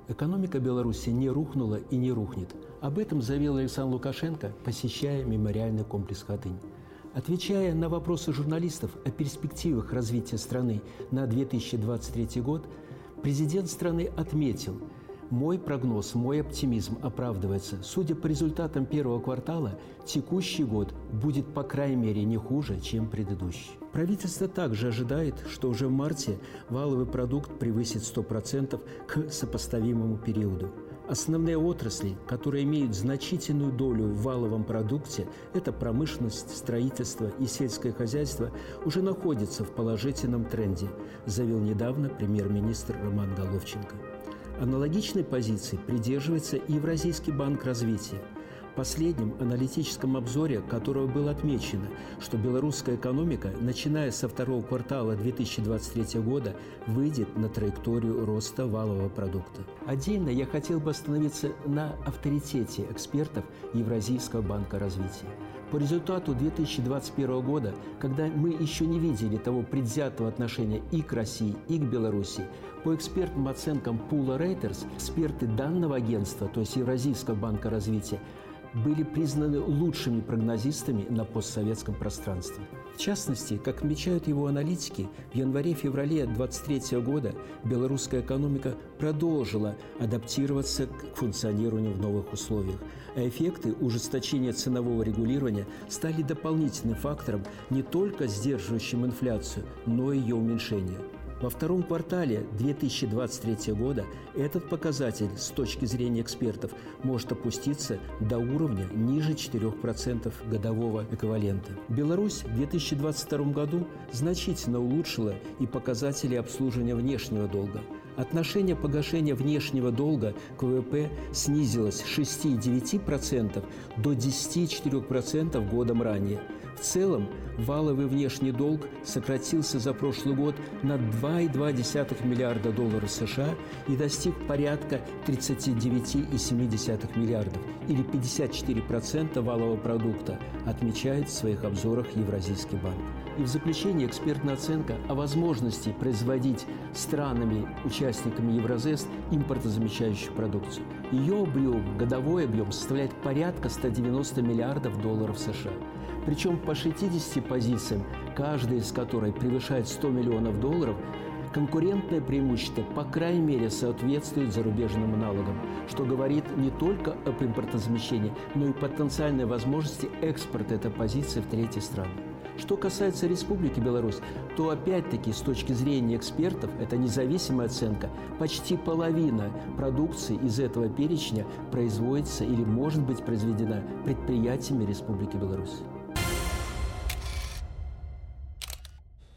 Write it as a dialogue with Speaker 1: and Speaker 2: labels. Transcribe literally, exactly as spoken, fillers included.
Speaker 1: Экономика Беларуси не рухнула и не рухнет. Об этом заявил Александр Лукашенко, посещая мемориальный комплекс «Хатынь». Отвечая на вопросы журналистов о перспективах развития страны на две тысячи двадцать третий год, президент страны отметил: «Мой прогноз, мой оптимизм оправдывается. Судя по результатам первого квартала, текущий год будет, по крайней мере, не хуже, чем предыдущий». Правительство также ожидает, что уже в марте валовый продукт превысит сто процентов к сопоставимому периоду. Основные отрасли, которые имеют значительную долю в валовом продукте, это промышленность, строительство и сельское хозяйство, уже находятся в положительном тренде, заявил недавно премьер-министр Роман Головченко. Аналогичной позиции придерживается и Евразийский банк развития. В последнем аналитическом обзоре которого было отмечено, что белорусская экономика, начиная со второго квартала две тысячи двадцать третьего года, выйдет на траекторию роста валового продукта. Отдельно я хотел бы остановиться на авторитете экспертов Евразийского банка развития. По результату две тысячи двадцать первого года, когда мы еще не видели того предвзятого отношения и к России, и к Беларуси, по экспертным оценкам Пула Рейтерс, эксперты данного агентства, то есть Евразийского банка развития, были признаны лучшими прогнозистами на постсоветском пространстве. В частности, как отмечают его аналитики, в январе-феврале две тысячи двадцать третьего года белорусская экономика продолжила адаптироваться к функционированию в новых условиях, а эффекты ужесточения ценового регулирования стали дополнительным фактором, не только сдерживающим инфляцию, но и ее уменьшение. Во втором квартале две тысячи двадцать третьего года этот показатель с точки зрения экспертов может опуститься до уровня ниже четырёх процентов годового эквивалента. Беларусь в две тысячи двадцать втором году значительно улучшила и показатели обслуживания внешнего долга. Отношение погашения внешнего долга к ВВП снизилось с шести целых девяти десятых процента до десяти целых четырёх десятых процента годом ранее. В целом, валовый внешний долг сократился за прошлый год на два целых две десятых миллиарда долларов США и достиг порядка тридцати девяти целых семи десятых миллиардов, или пятьдесят четыре процента валового продукта, отмечает в своих обзорах Евразийский банк. И в заключение экспертная оценка о возможности производить странами-участниками Евразэс импортозамещающую продукцию. Ее объем, годовой объем составляет порядка ста девяноста миллиардов долларов США. Причем по шестидесяти позициям, каждая из которой превышает сто миллионов долларов, конкурентное преимущество, по крайней мере, соответствует зарубежным аналогам, что говорит не только об импортозамещении, но и потенциальной возможности экспорта этой позиции в третьи страны. Что касается Республики Беларусь, то опять-таки с точки зрения экспертов, это независимая оценка, почти половина продукции из этого перечня производится или может быть произведена предприятиями Республики Беларусь.